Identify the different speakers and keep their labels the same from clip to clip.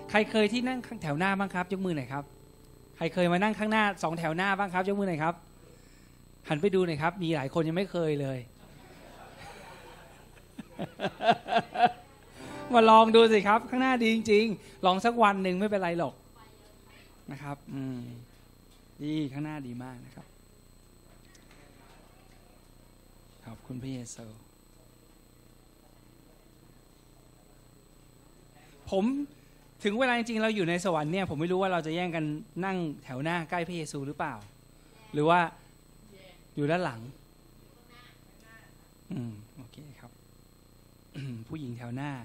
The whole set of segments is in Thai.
Speaker 1: ใครเคยที่นั่งแถวหน้าบ้างครับยกมือหน่อยครับใครเคยมานั่งข้างหน้า2แถวหน้าบ้างครับยกมือหน่อยครับหันไปดูหน่อยครับมีหลายคนยังไม่เคยเลยมาลองดูสิครับข้างหน้าดีจริงๆลองสักวันหนึ่งไม่เป็นไรหรอกนะครับดีข้างหน้าดีมากนะครับขอบคุณพระเยซูผมถึงเวลาจริงๆเราอยู่ในสวรรค์เนี่ยผมไม่รู้ว่าเราจะแย่งกันนั่งแถวหน้าใกล้พระเยซูหรือเปล่าหรือว่าอยู่ด้านหลังโอเคครับผู้หญิงแถวหน้า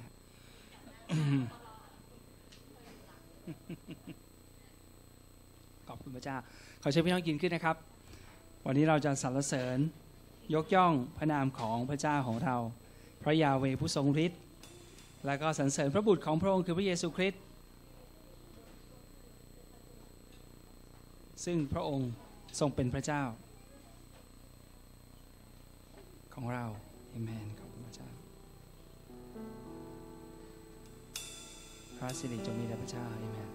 Speaker 1: ขอบคุณพระเจ้าขอเชิญพี่น้องยืนขึ้นนะครับวันนี้เราจะสรรเสริญยกย่องพระนามของพระเจ้าของเราพระยาเวห์ผู้ทรงฤทธิ์แล้วก็สรรเสริญพระบุตรของพระองค์คือพระเยซูคริสต์ซึ่งพระองค์ทรงเป็นพระเจ้าของเราอาเมนขอบคุณพระเจ้าพระสิริจงมีแด่พระเจ้าอาเมน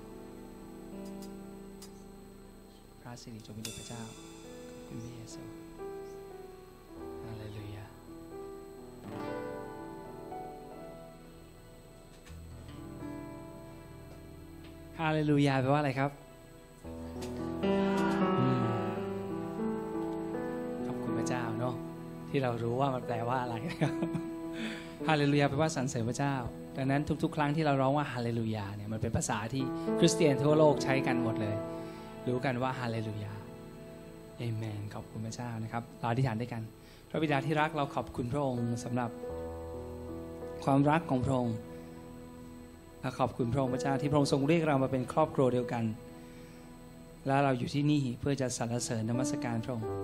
Speaker 1: พระสิริจงมีแด่พระเจ้าขอบคุณพระเยซูฮาเลลูยาฮาเลลูยาแปลว่าอะไรครับขอบคุณพระเจ้าเนาะที่เรารู้ว่ามันแปลว่าอะไรฮาเลลูยาแปลว่าสรรเสริญพระเจ้าดังนั้นทุกๆครั้งที่เราร้องว่าฮาเลลูยาเนี่ยมันเป็นภาษาที่คริสเตียนทั่วโลกใช้กันหมดเลยรู้กันว่าฮาเลลูยาเอเมนขอบคุณพระเจ้านะครับเราอธิษฐานด้วยกันพระบิดาที่รักเราขอบคุณพระองค์สำหรับความรักของพระองค์และขอบคุณพระองค์พระเจ้าที่พระองค์ทรงเรียกเรามาเป็นครอบครัวเดียวกันและเราอยู่ที่นี่เพื่อจะสรรเสริญนมัสการพระองค์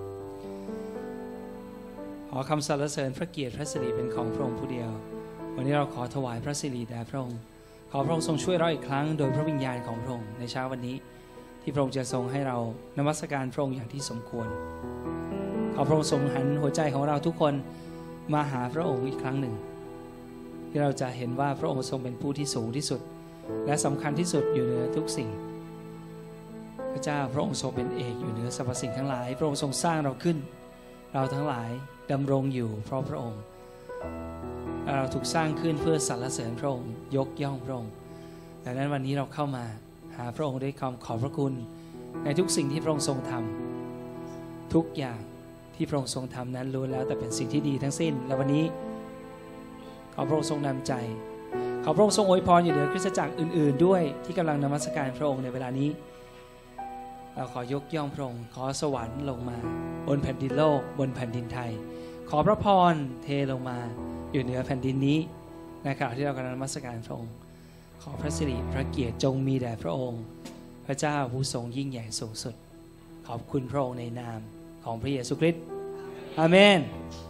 Speaker 1: ขอคำสรรเสริญพระเกียรติพระสิริเป็นของพระองค์ผู้เดียววันนี้เราขอถวายพระสิริแด่พระองค์ขอพระองค์ทรงช่วยเราอีกครั้งโดยพระวิญญาณของพระองค์ในเช้าวันนี้ที่พระองค์จะทรงให้เรานมัสการพระองค์อย่างที่สมควรขอพระองค์ทรงหันหัวใจของเราทุกคนมาหาพระองค์อีกครั้งหนึ่งที่เราจะเห็นว่าพระองค์ทรงเป็นผู้ที่สูงที่สุดและสำคัญที่สุดอยู่เหนือทุกสิ่งพระเจ้าพระองค์ทรงเป็นเอกอยู่เหนือสรรพสิ่งทั้งหลายพระองค์ทรงสร้างเราขึ้นเราทั้งหลายดำรงอยู่เพราะพระองค์เราถูกสร้างขึ้นเพื่อสรรเสริญพระองค์ยกย่องพระองค์ดังนั้นวันนี้เราเข้ามาหาพระองค์ด้วยความขอบพระคุณในทุกสิ่งที่พระองค์ทรงทำทุกอย่างที่พระองค์ทรงทำนั้นล้วนแล้วแต่เป็นสิ่งที่ดีทั้งสิ้นและวันนี้ขอพระองค์ทรงนำใจขอพระองค์ทรงอวยพรอยู่เหนือคริสตจักรอื่นๆด้วยที่กำลังนมัสการพระองค์ในเวลานี้เราขอยกย่องพระองค์ขอสวรรค์ลงมาบนแผ่นดินโลกบนแผ่นดินไทยขอพระพรเทลงมาอยู่เหนือแผ่นดินนี้ในขณะที่เรากำลังนมัสการพระองค์ขอพระสิริพระเกียรติจงมีแด่พระองค์พระเจ้าผู้ทรงยิ่งใหญ่สูงสุดขอบคุณพระองค์ในนามของพระเยซูคริสต์อาเมน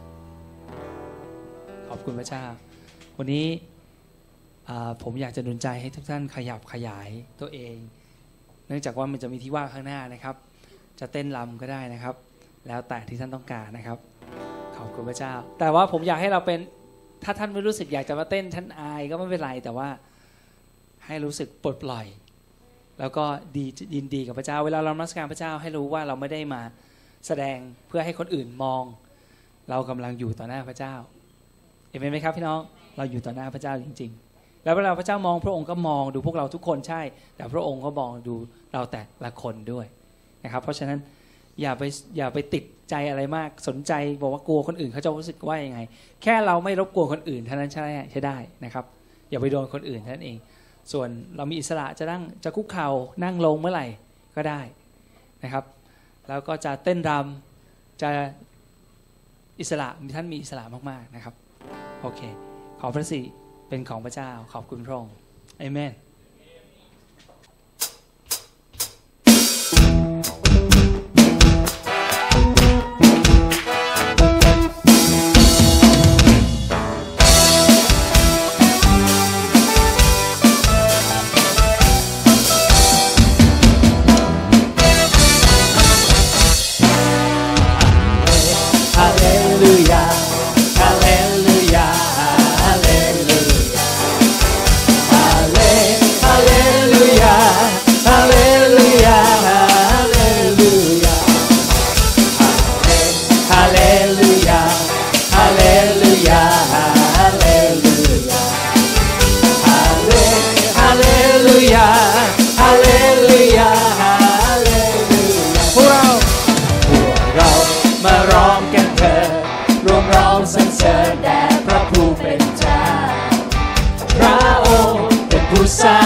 Speaker 1: ขอบคุณพระเจ้าวันนี้ผมอยากจะหนุนใจให้ทุกท่านขยับขยายตัวเองเนื่องจากว่ามันจะมีที่ว่างข้างหน้านะครับจะเต้นรำก็ได้นะครับแล้วแต่ที่ท่านต้องการนะครับขอบคุณพระเจ้าแต่ว่าผมอยากให้เราเป็นถ้าท่านไม่รู้สึกอยากจะมาเต้นท่านอายก็ไม่เป็นไรแต่ว่าให้รู้สึกปลดปล่อยแล้วก็ยินดีกับพระเจ้าเวลาเรานมัสการพระเจ้าให้รู้ว่าเราไม่ได้มาแสดงเพื่อให้คนอื่นมองเรากำลังอยู่ต่อหน้าพระเจ้าเห็นไหมครับพี่น้องเราอยู่ต่อหน้าพระเจ้าจริงๆแล้วเวลาพระเจ้ามองพระองค์ก็มองดูพวกเราทุกคนใช่แต่พระองค์ก็มองดูเราแต่ละคนด้วยนะครับเพราะฉะนั้นอย่าไปติดใจอะไรมากสนใจบอกว่ากลัวคนอื่นเขาจะรู้สึกว่ายังไงแค่เราไม่รบกวนคนอื่นเท่านั้นใช่ได้นะครับอย่าไปโดนคนอื่นเท่านั้นเองส่วนเรามีอิสระจะคุกเข่านั่งลงเมื่อไหร่ก็ได้นะครับแล้วก็จะเต้นรำจะอิสระท่านมีอิสระมากๆนะครับโอเคขอพระสิริเป็นของพระเจ้าขอบคุณพระองค์อาเมน
Speaker 2: Hallelujah, hallelujah, hallelujah.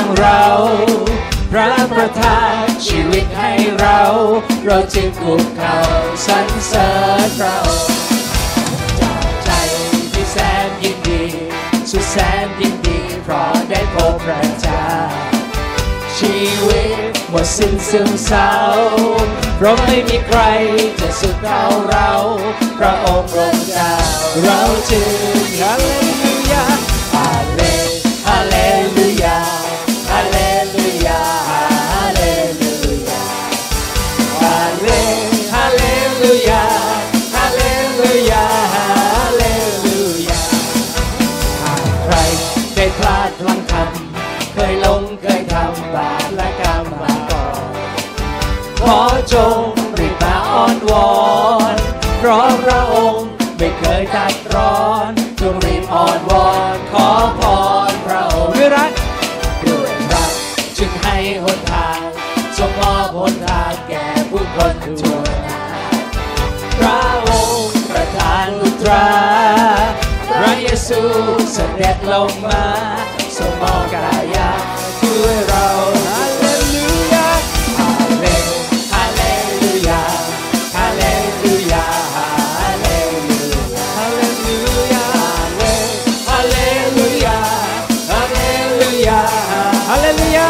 Speaker 1: เราพระประทานชีวิตให้เราจึงคุกเข่าสรรเสริญพระองค์จากใจที่แสนยินดีสุดแสนยินดีเพราะได้พบพระเจ้าชีวิตหมดสิ้นซึมเศร้าเพราะไม่มีใครจะสุดเท่าเราพระองค์ทรงเจ้าเราจึงฮาเลลูยาฮาเลฮาเลลูยาฮาเลลูยาฮาเลลูยาฮาเลฮาเลลูยาฮาเลลูยาฮาเลลูยาหากใครได้พลาดพลั้งทำเคยหลงเคยทำบาปและกรรมมาก่อนขอจงรีบมาอ้อนวอนเพราะพระองค์ไม่เคยตัดร้อนจงรีบอ้อนวอนขอพรพระองค์ด้วยรักจึงให้หนทางทรงมอบหนทางแก่ผู้คนทั่วหน้าพระองค์ประทานอุตราพระเยซูเสด็จลงมาทรงมอบกายาช่วยเราฮาเลลูยาฮาเลฮาเลลูยาฮาเลลูยาฮาเลลูยาฮาเลลูยาฮาเลลูยาฮาเลลูยา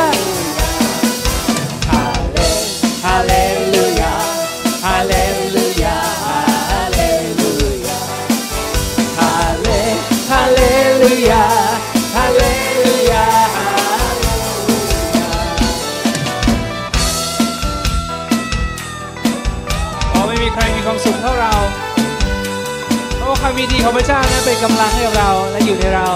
Speaker 1: ฮาเลลูยาฮาเลลูยาฮาเลลูยาฮาเลฮาเลลูยาฮาเลลูยาไม่มีใครมีความสุขเท่าเราเพราะว่าความมีดีของพระเจ้านั้นเป็นกำลังให้กับเราและอยู่ในเรา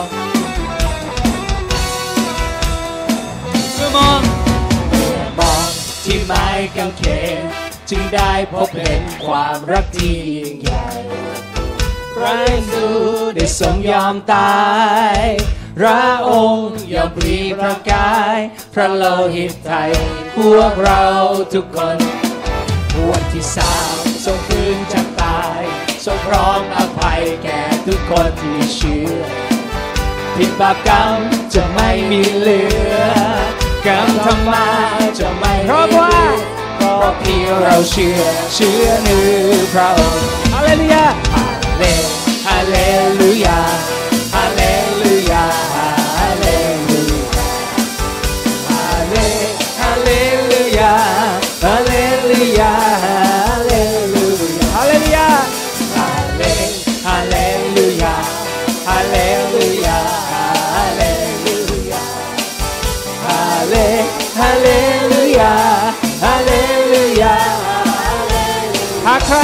Speaker 1: เมื่อมองที่ไม้กางเขนจึงได้พบเห็นความรักที่ยิ่งใหญ่พระเยซูได้ทรงยอมตายพระองค์ยอมปลีพระกายพระโลหิตไทยพวกเราทุกคนวันที่สามทรงคืนจากตายทรงพร้อมอภัยแก่ทุกคนที่เชื่อผิดบาปกรรมจะไม่มีเหลือกรรมทำมาจะไม่เพราะว่าเพียงเราเชื่อในพระองค์ฮาเลลูยาฮาเลลูยาฮาเลลูยาฮาเลลูยาฮาเลฮาเลลูยาฮาเลลูยาฮาเลลูยาฮาเลลูยาฮาเลลูยาฮาเลลูยาฮาเลลูยาฮาเลฮาเลลูยาฮาเลลูยาหากใคร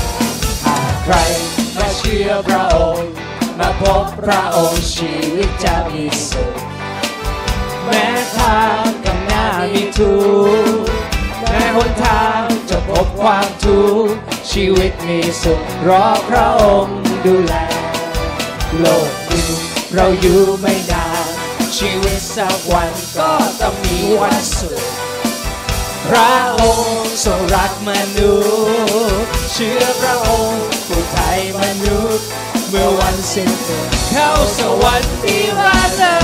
Speaker 1: มาเชื่อพระองค์มาพบพระองค์ชีวิตจะมีสุขแม้ทางข้างหน้ามีทุกข์แม้หนทางจะพบความทุกข์ชีวิตมีสุขรอพระองค์ดูแลโลกนี้เราอยู่ไม่นานชีวิตสักวันก็ต้องมีวันสุขพระองค์ทรงรักมนุษย์เชื่อพระองค์ผู้ไทยมนุษย์เมื่อวันสิ้นสุดเข้าสวรรค์ที่ว่าเดิ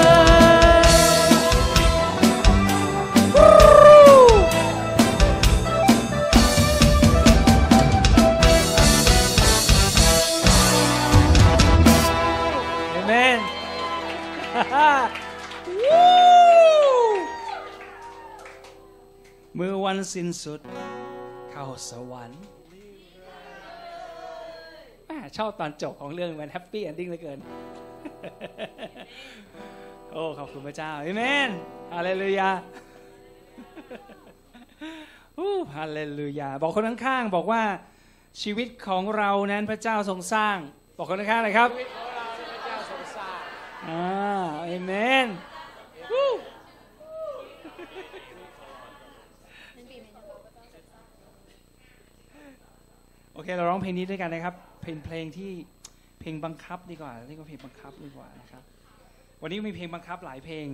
Speaker 1: มอาเมนเมื่อวันสิ้นสุดเข้าสวรรค์ชอบตอนจบของเรื่องมันแฮปปี้เอนดิ้งเหลือเกิน โอ้ขอบคุณพระเจ้าอาเมนฮาเลลูยาฮาเลลูยาบอกคนข้างๆบอกว่าชีวิตของเรานั้นพระเจ้าทรงสร้างบอกคนข้างๆเลยครับชีวิตของเราพระเจ้าทรงสร้างอาเมนโอเคเราร้องเพลงนี้ด้วยกันนะครับเพลงที่เพลงบังคับดีกว่าเรียกว่าเพลงบังคับดีกว่านะครับวันนี้มีเพลงบังคับหลายเพลง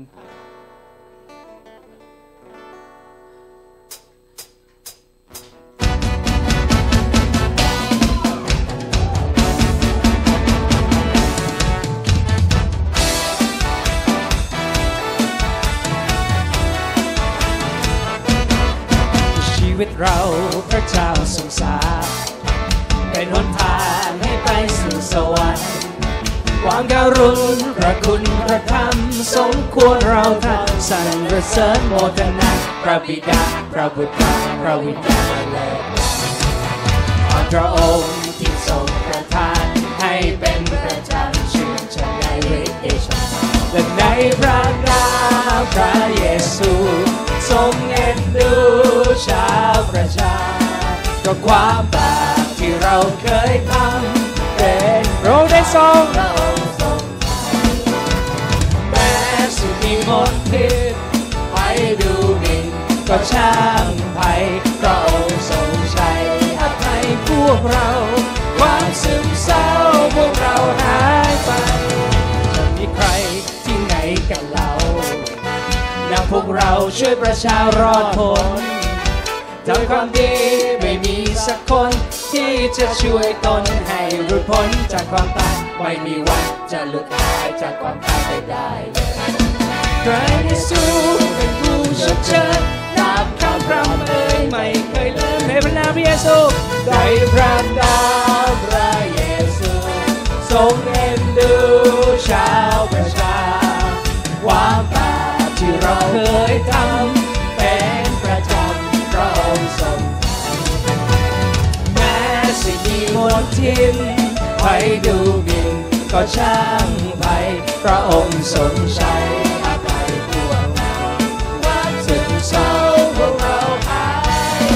Speaker 1: วิตเราพระเจ้าทรงสร้างเป็นหนทางให้ไปสู่สวรรค์ความการุณพระคุณพระธรรมสมควรเราท่านสรรเสริญโมทนาพระบิดาพระบุตรพระวิญญาณและพระองค์ที่ทรงประทานให้เป็นประจำชื่นชมในฤทธิ์เดชและในพระนามพระเยซูทรงเอ็นดูชาวประชาเพราะความบาปที่เราเคยทำเป็นเราได้ทรงแม้สุดมีมนทินไปดูหมิ่นก็ช่างไผ่พระองค์ทรงชัยอภัยพวกเราความซึมเศร้าพวกเราหายไปจะมีใครที่ไหนกันเรานำพวกเราช่วยประชารอดพ้นทำความดีไม่มีสักคนที่จะช่วยตนให้หลุดพ้นจากความตายไม่มีวันจะหลุดหายจากความตายไปได้พระเยซูเป็นผู้ชดเชยนับคำพระเอ่ยไม่เคยลืมในพระนามพระเยซูในพระนามพระเยซูทรงเอ็นดูชาวประชาความบาปที่เราเคยทำเป็นประจำพระองค์ทรงแม้สิมีมนทินไปดูหมิ่นก็ช่างไปพระองค์ทรงชัยอภัยพวกเราความซึมเศร้าพวกเราหาย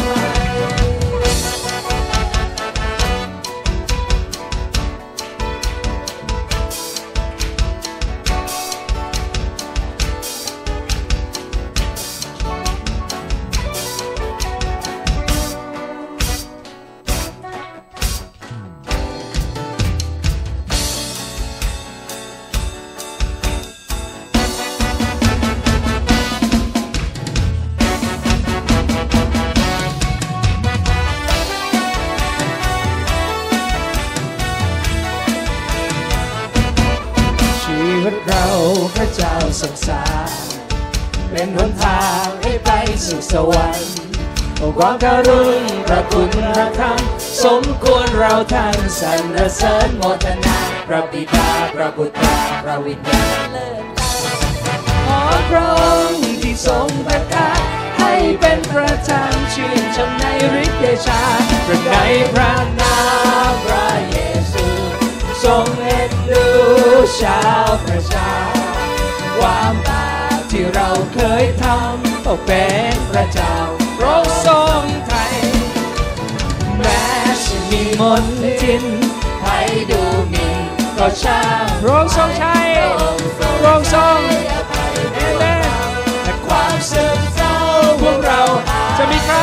Speaker 1: เราพระเจ้าทรงสร้างเป็นหนทางให้ไปสู่สวรรค์ความการุณพระคุณพระธรรมสมควรเราท่านสรรเสริญโมทนาพระบิดาพระบุตรพระวิญญาณเลิศขอพระองค์ที่ทรงประทานให้เป็นประจำชื่นชมในฤทธิ์เดชาในพระนามพระเยซูทรงเอ็นดูชาวประชาความบาปที่เราเคยทำต้องเป็นประจำพระองค์ทรงไถ่แม้จะมีมนทินให้ดูหมิ่นก็ช่างพระองค์ทรงชัยพระองค์ทรงเอเมนแต่ความซึมเศร้าพวกเราจะมีใคร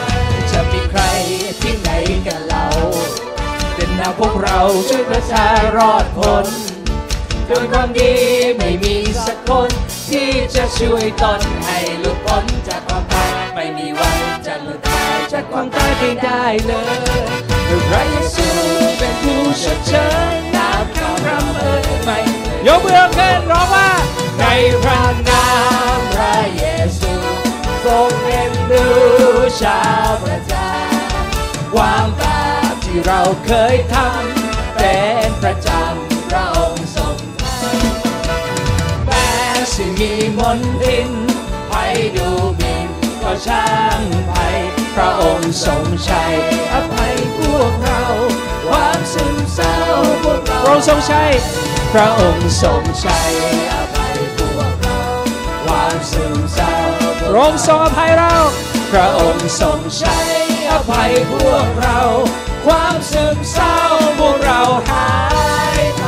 Speaker 1: ที่ไหนกันเราเป็นนำพวกเราช่วยประชารอดพ้นด้วยความดีไม่มีสักคนที่จะช่วยตนให้หลุดพ้นจากความตายไม่มีวันจะหลุดหายจากความตายไปได้เลยพระเยซูเป็นผู้ชดเชยนับคำพระเอ่ยไม่ยกมือขึ้นร้องว่าในพระนามพระเยซูทรงเอ็นดูชาวประชาความบาปที่เราเคยทำเป็นประจำพระองค์ทรงไถ่แม้สิมีมนทินไปดูหมิ่นก็ช่างไปพระองค์ทรงชัยอภัยพวกเราความซึมเศร้าพวกเราพระองค์ทรงชัยพระองค์ทรงชัยอภัยพวกเราความซึมเศร้าพระองค์ทรงอภัยเราพระองค์ทรงชัยอภัยพวกเราความซึมเศร้าพวกเราหายไป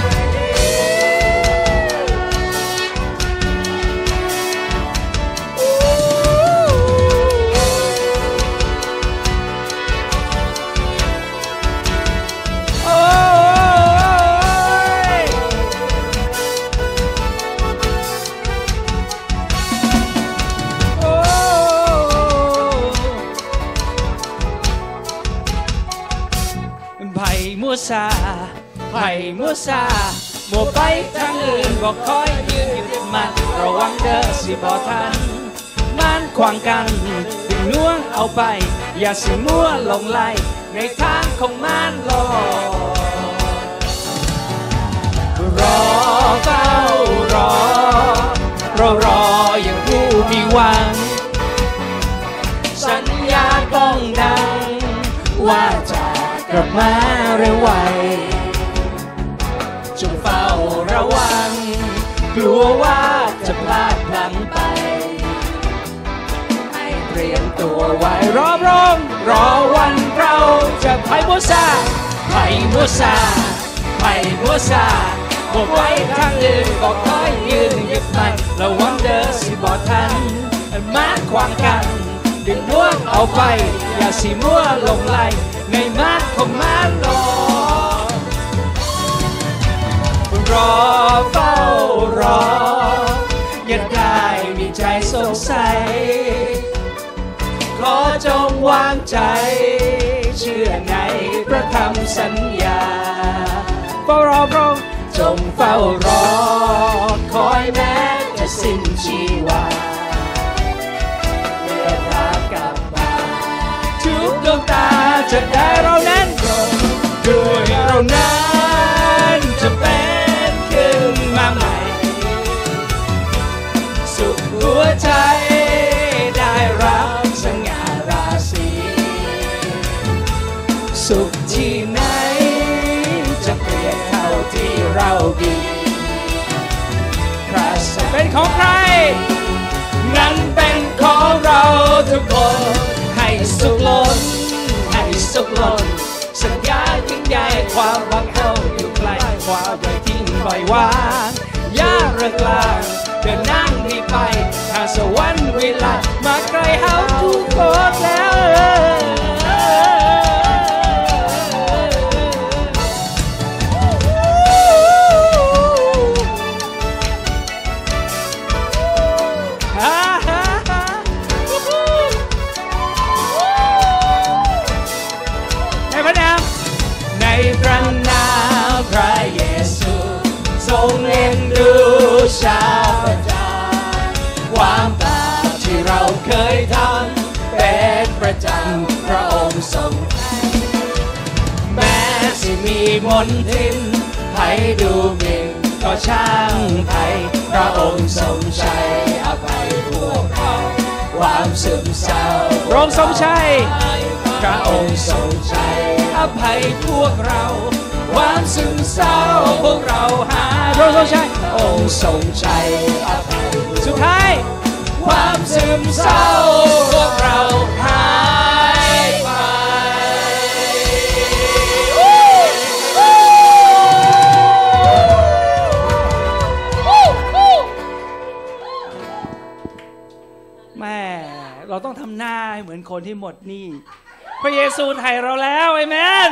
Speaker 1: ไผ่มัวซามัวไปทางอื่นบอกคอยยืนหยุดมันระวังเด้อสิบ่ทันมันขวางกันดึงน่วงเอาไปอย่าสิมัวหลงไหลในทางของมารโลรอเฝ้ารอเรารออย่างผู้มีหวังสัญญาต้องดังว่าจะกลับมาเร็วไวจงเฝ้าระวังกลัวว่าจะพลาดพลั้งไปให้เตรียมตัวไว้รอวันเราจะไพ่บัวซาบอกไว้ทางอื่นก็คอยยืนหยุดมันระวังเดินสิบอทันมาขวางกันดึงน่วงเอาไปอย่าสิมัวหลงไหลในมาของมารโลรอเฝ้ารออย่าได้มีใจสงสัยขอจงวางใจเชื่อในพระคำสัญญาเฝ้ารอพระองค์จงเฝ้ารอคอยแม้จะสิ้นชีวาเมื่อพระกลับมาทุกดวงตาจะได้เรานั้นด้วยเรานั้นจะเป็นขึ้นมาใหม่สุขหัวใจได้รับสง่าราศีสุขที่ไหนจะเปรียบเท่าที่เราดีพระสัจเป็นของใครนั้นเป็นของเราทุกคนให้สุขล้นสัญญายิ่งใหญ่ความบังเข้าอยู่ใกล้ความใหญ่ทิ้งปล่อยวางอย่าเลิกลางเดินนั่งดีไปทางสวรรค์วิไลมาไกลเฮาทุกคนแล้วพระนามพระเยซูทรงเอ็นดูชาวประจาความบาปที่เราเคยทำเป็นประจำพระองค์ทรงแม้สิมีมนทินให้ดูหมิ่นก็ช่างไถ่พระองค์ทรงชัยอภัยพวกเราความซึมเศร้าพระองค์ทรงชัยพระองค์ทรงชัยอภัยพวกเราความซึมเศร้าพวกเราหาพระองค์ทรงชัยองค์ทรงชัยอภัยสุดท้ายความซึมเศร้าพวกเราหายไปแม่เราต้องทำหน้าเหมือนคนที่หมดหนี้พระเยซูไถ่เราแล้วอาเมน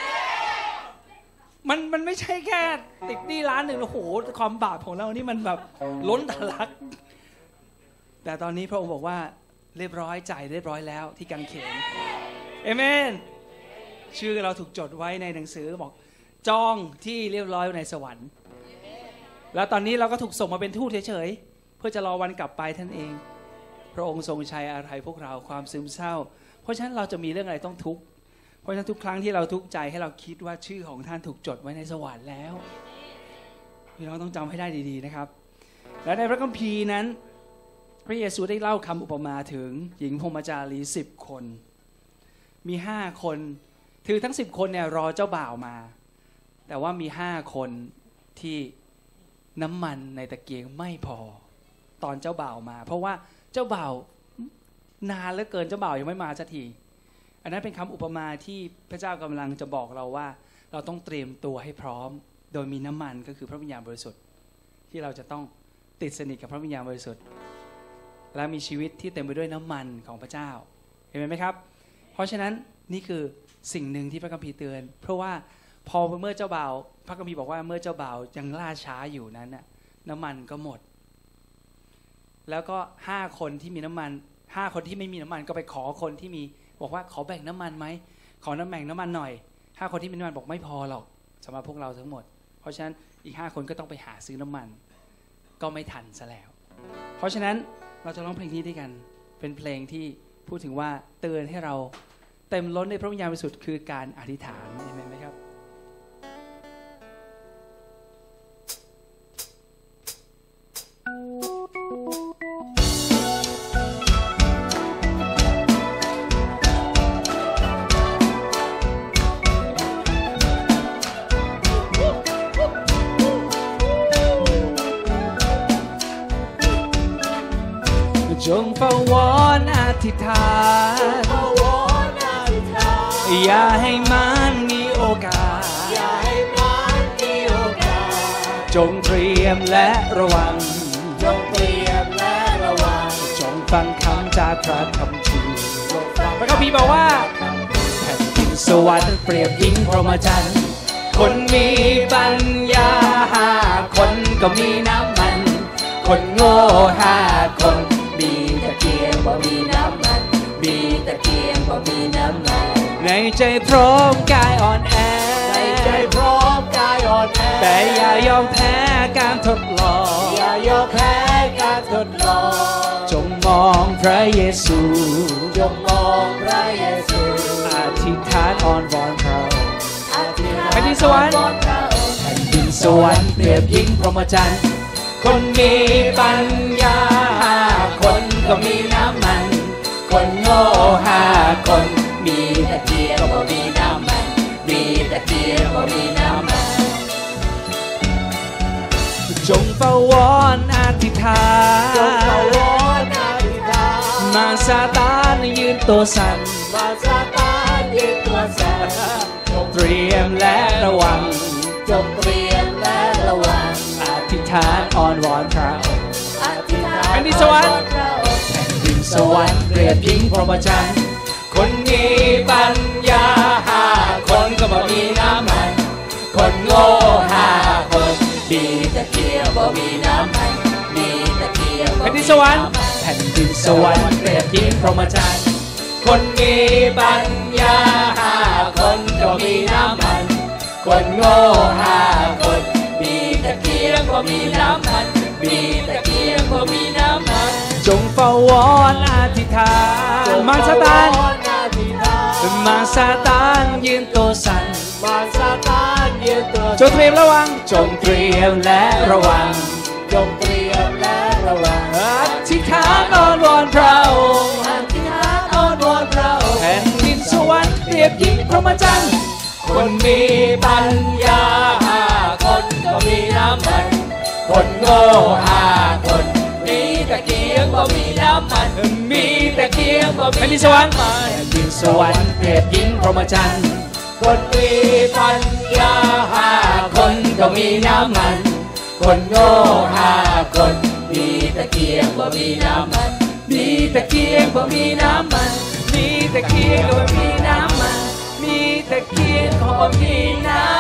Speaker 1: มันไม่ใช่แค่ติดหนี้ล้านหนึ่งโอ้โหความบาปของเรานี่มันแบบล้นทะลักแต่ตอนนี้พระองค์บอกว่าเรียบร้อยจ่ายเรียบร้อยแล้วที่กางเขนอาเมนชื่อเราถูกจดไว้ในหนังสือบอกจองที่เรียบร้อยในสวรรค์แล้วตอนนี้เราก็ถูกส่งมาเป็นทูตเฉยๆเพื่อจะรอวันกลับไปท่านเองพระองค์ทรงชัยอาภัยพวกเราความซึมเศร้าเพราะฉะนั้นเราจะมีเรื่องอะไรต้องทุกข์เพราะฉะนั้นทุกครั้งที่เราทุกข์ใจให้เราคิดว่าชื่อของท่านถูกจดไว้ในสวรรค์แล้วพี่น้องต้องจำให้ได้ดีๆนะครับและในพระคัมภีร์นั้นพระเยซูได้เล่าคำอุปมาถึงหญิงพรหมจารี10 คนมี5 คนคือทั้ง10 คนเนี่ยรอเจ้าบ่าวมาแต่ว่ามี5 คนที่น้ำมันในตะเกียงไม่พอตอนเจ้าบ่าวมาเพราะว่าเจ้าบ่าวนานเหลือเกินเจ้าบ่าวยังไม่มาสักทีอันนั้นเป็นคำอุปมาที่พระเจ้ากำลังจะบอกเราว่าเราต้องเตรียมตัวให้พร้อมโดยมีน้ำมันก็คือพระวิญญาณบริสุทธิ์ที่เราจะต้องติดสนิทกับพระวิญญาณบริสุทธิ์และมีชีวิตที่เต็มไปด้วยน้ำมันของพระเจ้าเห็นไหมครับเพราะฉะนั้นนี่คือสิ่งหนึ่งที่พระคัมภีร์เตือนเพราะว่าพอเมื่อเจ้าบ่าวพระคัมภีร์บอกว่าเมื่อเจ้าบ่าวยังล่าช้าอยู่นั้นน่ะน้ำมันก็หมดแล้วก็5 คนที่มีน้ำมัน5 คนที่ไม่มีน้ำมันก็ไปขอคนที่มีบอกว่าขอแบ่งน้ำมันไหมขอแบ่งน้ำมันหน่อย5 คนที่มีน้ำมันบอกไม่พอหรอกสำหรับพวกเราทั้งหมดเพราะฉะนั้นอีก5 คนก็ต้องไปหาซื้อน้ำมันก็ไม่ทันซะแล้วเพราะฉะนั้นเราจะร้องเพลงนี้ด้วยกันเป็นเพลงที่พูดถึงว่าเตือนให้เราเต็มล้นในพระวิญญาณบริสุทธิ์คือการอธิษฐานเห็นไหมครับจงเฝ้าวอนอธิษฐานอย่าให้มันมีโอกาสจงเตรียมและระวังจงฟังคำจากพระคัมภีร์พระคัมภีร์บอกว่าแผ่นดินสวรรค์เปรียบยิ่งพรหมจรรย์คนมีปัญญา5 คนก็มีน้ำมันคนโง่5 คนมีตะเกียงบ่มีน้ำมันมีตะเกียงบ่มีน้ำมันในใจพร้อมกายอ่อนแอแต่อย่ายอมแพ้การทดลองจงมองพระเยซูอธิษฐานอ้อนวอนพระองค์แผ่นดินสวรรค์เปรียบยิ่งพรหมจรรย์คนมีปัญญา5 คนก็มีน้ำมันคนโง่5 คนมีตะเกียงบ่มีน้ำมันมีตะเกียงบ่มีน้ำมันจงเฝ้าวอนอธิษฐานมาซาตานยืนตัวสั่นเตรียมและระวังอธิษฐานอ้อนวอนพระองค์แผ่นดินสวรรค์เปรียบยิ่งพรหมจรรย์คนมีปัญญา5 คนก็บ่มีน้ำมันคนโง่5 คนมีตะเกียงบ่มีน้ำมันมีตะเกียงแผ่นดินสวรรค์เปรียบยิ่งพรหมจรรย์คนมีปัญญา5 คนก็มีน้ำมันคนโง่5 คนมีตะเกียงบ่มีน้ำมันมีตะเกียงบ่มีน้ำมันจงเฝ้าวอนอธิษฐานมารซาตานยืนตัวสั่นจงเตรียมระวังอธิษฐานอ้อนวอนพระองค์แผ่นดินสวรรค์เปรียบยิ่งพรหมจรรย์คนมีปัญญา5 คนก็มีน้ำมันคนโง่5 คนมีตะเกียงบ่มีน้ำมันมีตะเกียงบ่มีแผ่นดินสวรรค์เปรียบยิ่งพรหมจรรย์คนมีปัญญา5 คนก็มีน้ำมันคนโง่5 คนมีตะเกียงบ่มีน้ำมันมีตะเกียงบ่มีน้ำมันมีตะเกียงบ่มีน้ำมันมีตะเกียงบ่มีน้ำ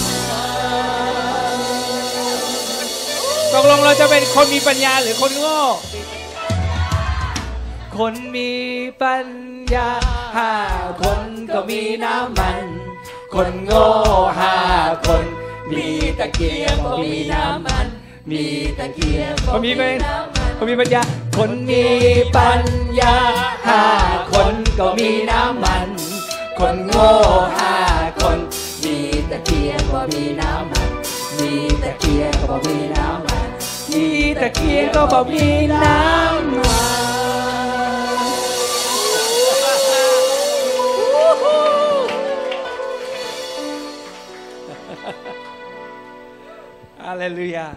Speaker 1: ตกลงเราจะเป็นคนมีปัญญาหรือคนโง่คนมีปัญญา5 คนก็มีน้ำมันคนโง่5 คนมีตะเกียงบ่มีน้ำมันมีตะเกียงบ่มีปัญญาคนมีปัญญา5 คนก็มีน้ำมันคนโง่5 คนมีตะเกียงบ่มีน้ำมันมีตะเกียงก็บ่มีน้ำมันมีตะเกียงก็บ่มีน้ำมันฮาเลลูยา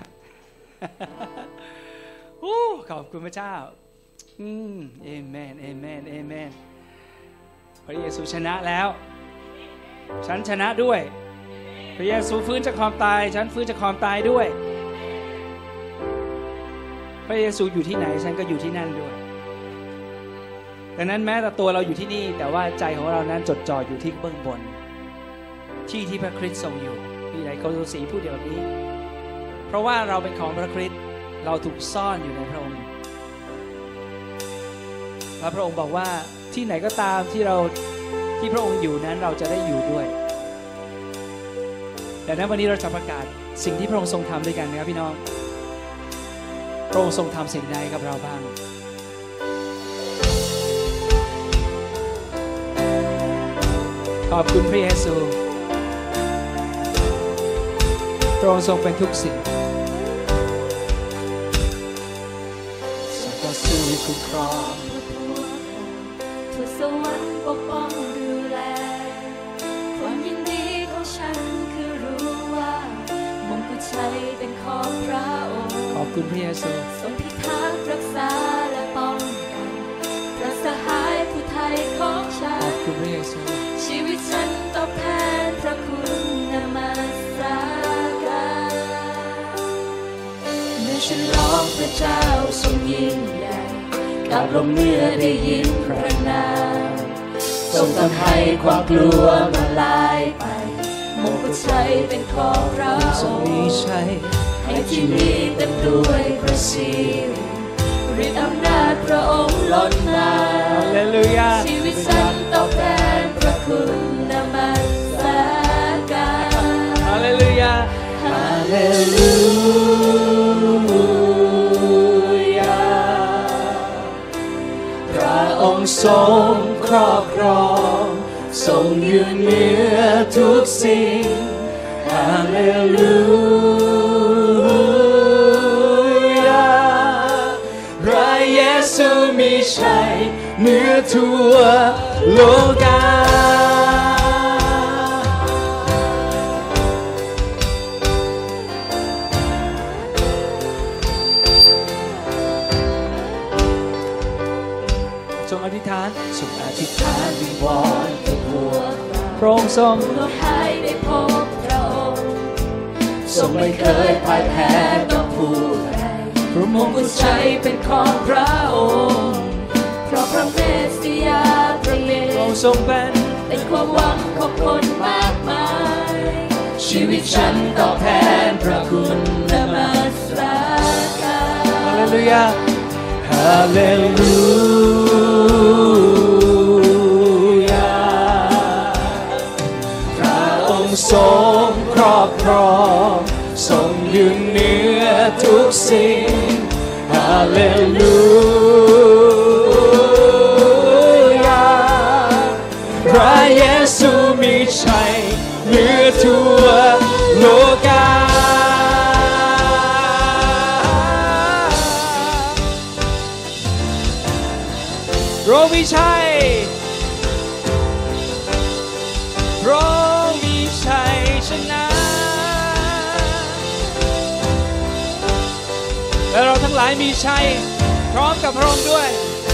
Speaker 1: ขอบคุณพระเจ้าเอเมนพระเยซูชนะแล้วฉันชนะด้วยพระเยซูฟื้นจากความตายฉันฟื้นจากความตายด้วยพระเยซูอยู่ที่ไหนฉันก็อยู่ที่นั่นด้วยดังนั้นแม้แต่ตัวเราอยู่ที่นี่แต่ว่าใจของเรานั้นจดจ่ออยู่ที่เบื้องบนที่พระคริสต์ทรงอยู่ที่ไหนโคโลสีพูดแบบนี้เพราะว่าเราเป็นของพระคริสต์เราถูกซ่อนอยู่ในพระองค์และพระองค์บอกว่าที่ไหนก็ตามที่พระองค์อยู่นั้นเราจะได้อยู่ด้วยแต่นั้นวันนี้เราจะประกาศสิ่งที่พระองค์ทรงทำด้วยกันนะครับพี่น้องพระองค์ทรงทำสิ่งใดกับเราบ้างขอบคุณพระเยซูพระองค์ทรงเป็นทุกสิ่งทรงต่อสู้คุ้มครอง
Speaker 2: ทุกสวรรค์ปกป้องดูแลความยินดีของฉันคือรู้ว่ามงกุฎชัยเป็นของพระองค์
Speaker 1: ขอบคุณพระเยซู
Speaker 2: ทรงพิทักษ์รักษาและป้องกันพระสหายผู้ไทยของฉัน
Speaker 1: ขอบคุณพระเยซู
Speaker 2: ชีวิตฉันตอบแทนพระคุณนมัสการเมื่อฉันร้องพระเจ้าทรงยิ่งใหญ่กับลมเมื่อได้ยินพระนามทรงทำให้ความกลัวมันลายไปมงกุฎชัยเป็นของเรา
Speaker 1: ทรงมีชัย
Speaker 2: ให้ที่นี้เต็มด้วยพระสิริฤทธิ์อำนาจพระองค์ล้นมา
Speaker 1: ฮาเลลูยา
Speaker 2: ชีวิตฉันตอบแทนพระคุณนมัสการ
Speaker 1: ฮาเลลูยา
Speaker 2: ฮาเลลูยา
Speaker 1: พระองค์ทรงครอบครองทรงยืนเหนือทุกสิ่งฮาเลลูยาพระเยซูมีชัยเหนือทั่วโลกาทรงอธิษฐานทรงอธิษฐานวิงวอนกับพวกพระองค์ทรง
Speaker 2: ให้ได้พบพระองค์
Speaker 1: ทรงไม่เคยพ่ายแพ้ต่อผู้ใดพระมงกุฎชัยเป็นของพระองค์
Speaker 2: เพราะพระเมสสิยาพระเยซู
Speaker 1: ทรง
Speaker 2: เป็นความหวังของคนมากมาย
Speaker 1: ชีวิตฉันตอบแทนพระคุณ
Speaker 2: นมัสการ
Speaker 1: ฮาเลลูยาฮาเลลูยาพระองค์ทรงครอบครองทรงยืนเหนือทุกสิ่งฮาเลลูยาพระเยซูมีชัยเหนือทั่วโลกาพระมีชัยพระมีชัยชนะและเราทั้งหลายมีชัยพร้อมกับพระองค์ด้วย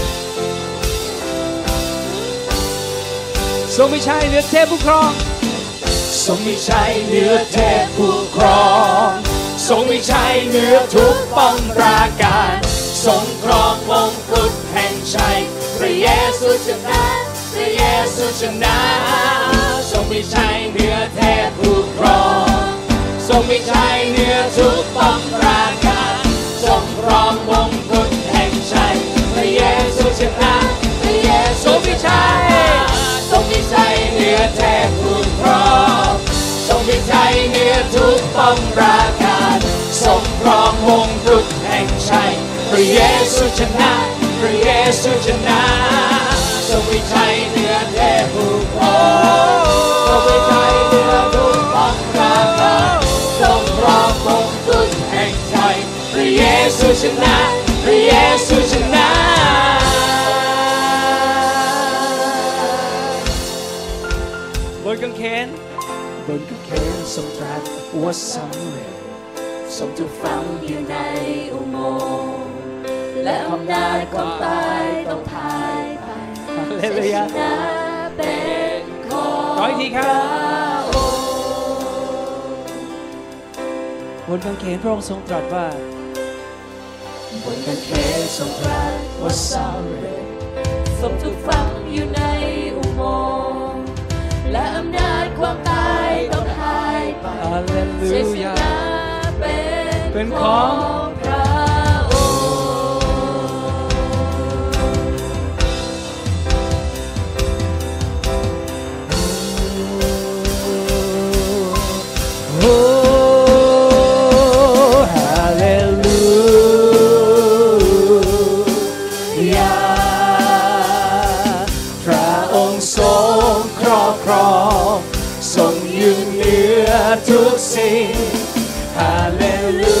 Speaker 1: ทรงมีชัยเหนือเทพผู้ครองทรงมีชัยเหนือเทพผู้ครองทรงมีชัยเหนือทุกป้องปราการทรงครองมงกุฎแห่งชัยพระเยซูชนะพระเยซูชนะทรงมีชัยเหนือเทพผู้ครองทรงมีชัยเหนือทุกป้องปราการทรงครองมงกุฎแห่งชัยพระเยซูชนะพระเยซูมีชัยทรงมีชัยเหนือเทพผู้ครองทรงมีชัยเหนือทุกป้องปราการทรงครองมงกุฎแห่งชัยพระเยซูชนะพระเยซูชนะทรงมีชัยเหนือเทพผู้ครองทรงมีชัยเหนือทุกป้องปราการทรงครองมงกุฎแห่งชัยพระเยซูชนะพระเยซูชนะบนกางเขนทรงตรัสว่าสำเร็จ
Speaker 2: ทรงถูกฝังอยู่ในอุโมงค์และอำนาจความตายต้องพ่ายไป
Speaker 1: ชัยชนะ
Speaker 2: เป็นของ
Speaker 1: พระองค์บนกางเขนพระองค์ทรงตรัสว่า
Speaker 2: บนกางเขนทรงตรัสว่าสำเร็จทรงถูกฝังอยู่ในอุโมงค์และอำนาจความตายต้องพ่ายไปชัยชนะเป็นของพระองค์
Speaker 1: โอ้ฮาเลลูยาพระองค์ทรงครอบครอง
Speaker 2: ทุกสิ่งฮาเลลู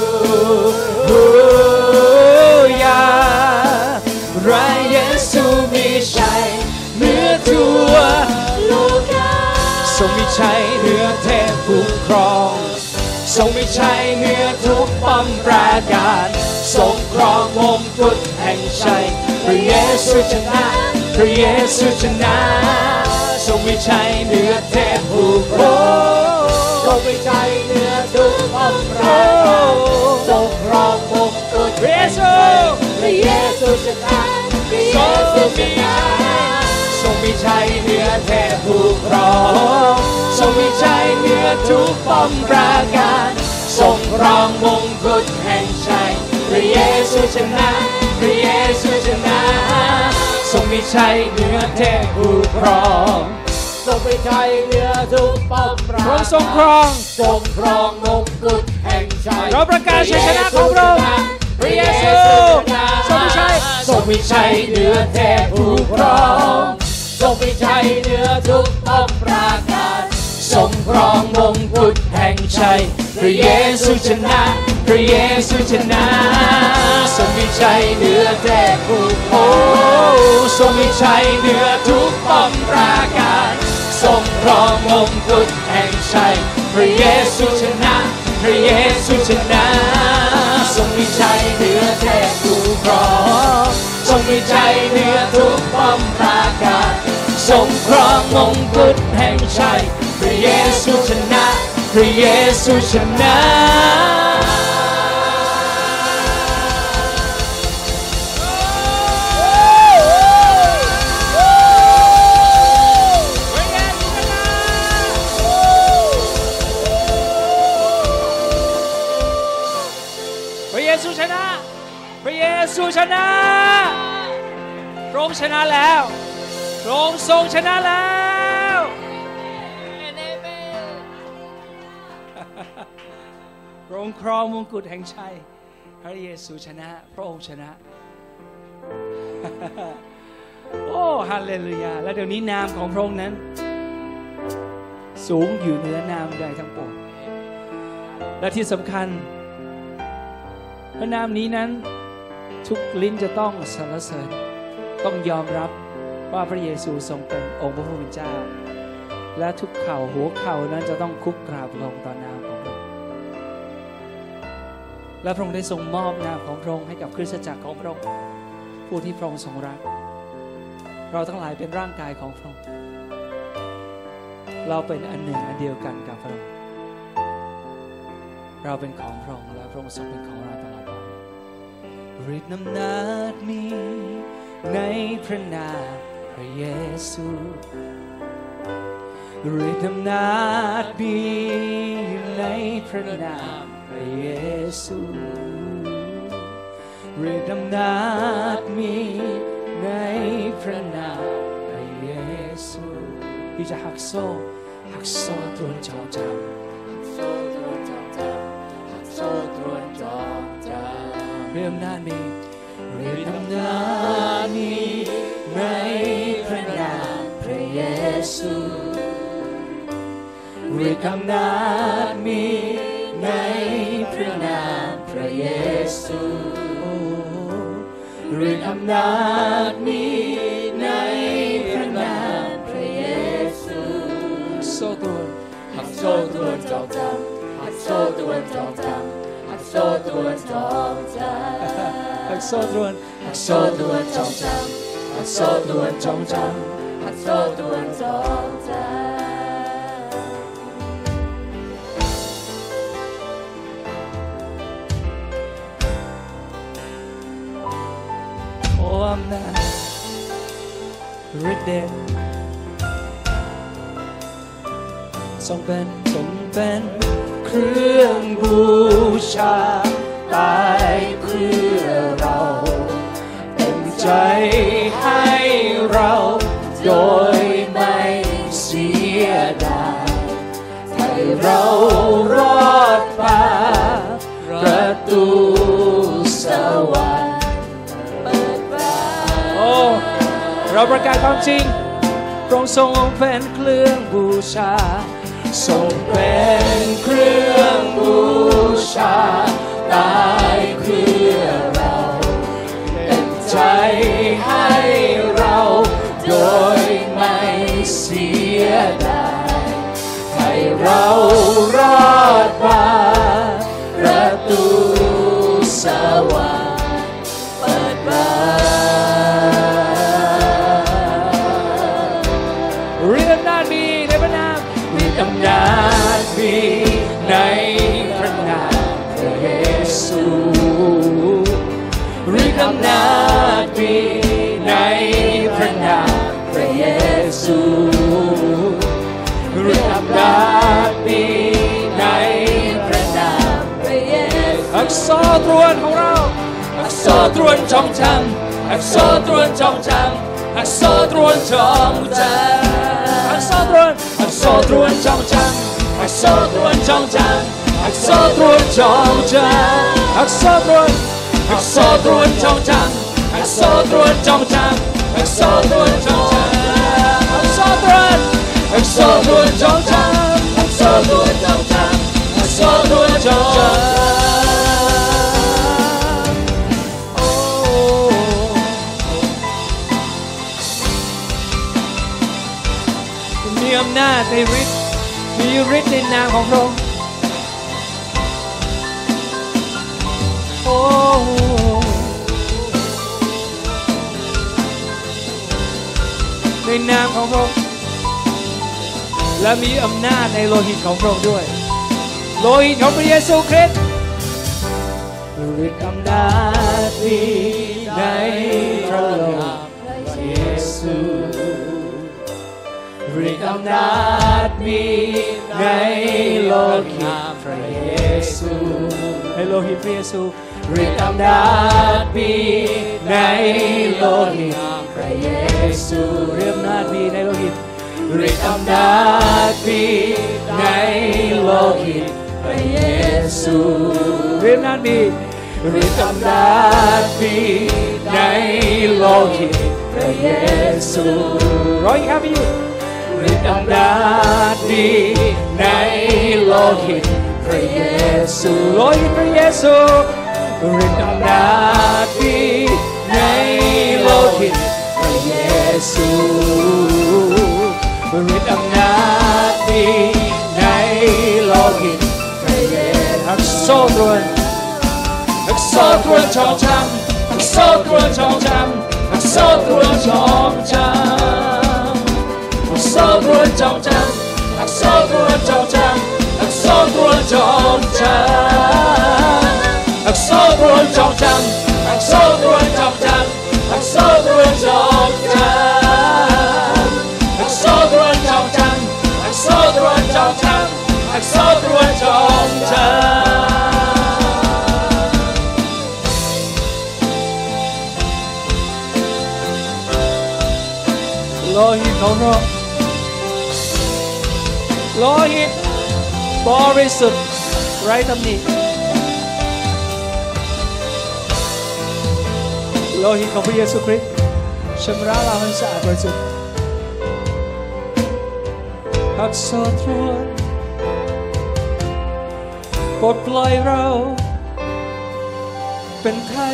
Speaker 2: ยาพระเยซูมีชัยเหนือทั่วโลกาทรงมีชัยเหนือเทพผู้ครองทรงมีชัยเหนือทุกป้อมปราการทรงครองมงกุฎแห่งชัยพระเยซูชนะพระเยซูชนะทรงมีชัยเหนือเทพผู้ครองทรงมีชัยเหนือทุกป้อมปราการทรงครองมงกุฎพระเยซูพระเยซูชนะพระเยซูชนะทรงมีชัยเหนือเทพผู้ครองทรงมีชัยเหนือทุกป้อมปราการทรงครองมงกุฎแห่งชัยพระเยซูชนะพระเยซูชนะทรงมีชัยเหนือเทพผู้ครองทรงมีชัยเหนือทุกป้อมปราการทรงครองมงกุฎแห่งชัยเราประกาศชัยชนะของพระองค์พระเยซูทรงมีชัยเหนือเทพผู้ครองทรงมีชัยเหนือทุกป้อมปราการทรงครองมงกุฎแห่งชัยพระเยซูชนะพระเยซูชนะทรงมีชัยเหนือเทพผู้ครองทรงมีชัยเหนือทุกป้อมปราการทรงครองมงกุฎแห่งชัยพระเยซูชนะพระเยซูชนะทรงมีชัยเหนือเทพผู้ครองทรงมีชัยเหนือทุกป้อมปราการทรงครองมงกุฎแห่งชัยพระเยซูชนะพระเยซูชนะพระเยซูชนะพระเยซูชนะพระองค์ชนะแล้วพระองค์ทรงชนะแล้วพระองค์ครองมงกุฎแห่งชัยพระเยซูชนะพระองค์ชนะโอ้ฮาเลลูยาและเดี๋ยวนี้นามของพระองค์นั้นสูงอยู่เหนือนามใดทั้งปวงและที่สำคัญพระนามนี้นั้นทุกลิ้นจะต้องสรรเสริญต้องยอมรับว่าพระเยซูทรงเป็นองค์พระผู้เป็นเจ้าและทุกเข่าหัวเข่านั้นจะต้องคุกกราบลงต่อนามของพระองค์และพระองค์ได้ทรงมอบนามของพระองค์ให้กับคริสตจักรของพระองค์ผู้ที่พระองค์ทรงรักเราทั้งหลายเป็นร่างกายของพระองค์เราเป็นอันหนึ่งอันเดียวกันกับพระองค์เราเป็นของพระองค์และพระองค์ทรงเป็นของเราตลอดไปฤทธิ์อำนาจมีในพระนามพระเยซูฤทธิ์อำนาจมีในพระนามพระเยซูฤทธิ์อำนาจมีในพระนามพระเยซูที่จะหักโซ่ตรวนจองจำเรื่องนาจมีฤทธิ์อำนาจมีในพระนามพระเยซูฤทธิ์อำนาจมีในพระนามพระเยซูฤทธิ์อำนาจมีในพระนามพระเยซูโซ่ตรวนหักโซ่ตรวนจองจำหักโซ่ตรวนจองจำโซ่ตรวนจองจำหักโซ่ตรวนจองจำหักโซ่ตรวนจองจำหักโซ่ตรวนจองจำโอ้อำนาจฤทธิ์เดชทรงเป็นเครื่องบูชาตายเพื่อเราเต็มใจให้เราโดยไม่เสียดายให้เรารอดป่าประตูสวรรค์เปิดบานโอ้เราประกาศความจริงพระองค์ทรงเป็นเครื่องบูชาทรงเป็นเครื่องบูชาตายเพื่อเราเป็นใจให้เราโดยไม่เสียดายให้เรารอดมาประตูสวรรค์เปิดบานฤทธิ์อำนาจมีในพระนามฤทธิ์อำนาจมีในพระนามพระเยซูฤทธิ์อำนาจมีในพระนามพระเยซูฤทธิ์อำนาจมีในพระนามพระเยซูอักษรตรวนของเราอักษรตรวนจองจำอักษรตรวนจองจำอักษรตรวนจองจำอักษรตรวนอักษรตรวนจองจำอักษรตรวนจองจำอักษรตรวนจองจำอักษรตรวนอักษรตรวนจองจำอักษรตรวนจองจำอักษรตรวนจองจำอักษรตรวนอักษรตรวนจองจำอักษรตรวนจองจำอักษรตรวนจองจำมีอำนาจในฤทธิ์มีฤทธิ์ในนามของพระองค์โอ้ในนามของพระองค์และมีอำนาจในโลหิตของพระองค์ด้วยโลหิตของพระเยซูคริสต์ฤทธิ์อำนาจมีในพระนามพระเยซูฤทธิ์อำนาจมีในโลหิตพระเยซูในโลหิตพระเยซูฤทธิ์อำนาจมีในโลหิตพระเยซูฤทธิ์อำนาจมีในโลหิตฤทธิ์อำนาจมีในโลหิตพระเยซูฤทธิ์อำนาจมีฤทธิ์อำนาจมีในโลหิตพระเยซูร้อยครับพี่ฤทธิ์อำนาจมีในโลหิตพระเยซูโลหิตพระเยซูฤทธิ์อำนาจมีในโลหิตพระเยซูฤทธิ์อำนาจมีในโลหิตพระเยซูอักษรตรวนอักษรตรวนจองจำอักษรตรวนจองจำอักษรตรวนจองจำอักษรตรวนจองจำอักษรตรวนจองจำอักษรตรวนจองจำอักษรตรวนจองจำอักษรตรวนจองจำอักษรตรวนจองจำอักษรตรวนจองจำอักษรตรวนจองจำอักษรตรวนจองจำโลหิตของเราโลหิตบริสุทธิ์ไร้ตำหนิโลหิตของพระเยซูคริสต์ชำระเราให้สะอาดบริสุทธิ์อักษรตรวนปลดปล่อยเราเป็นไทย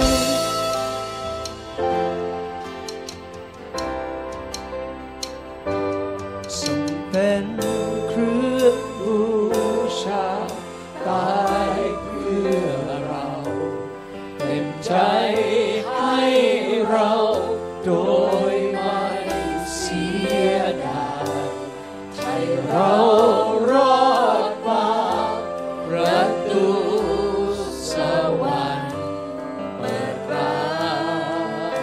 Speaker 2: ทรงเป็นเครื่องบูชาตายเพื่อเราเต็มใจให้เราโดยไม่เสียดายให้เรารอดมาประตูสวรรค์เปิดรับ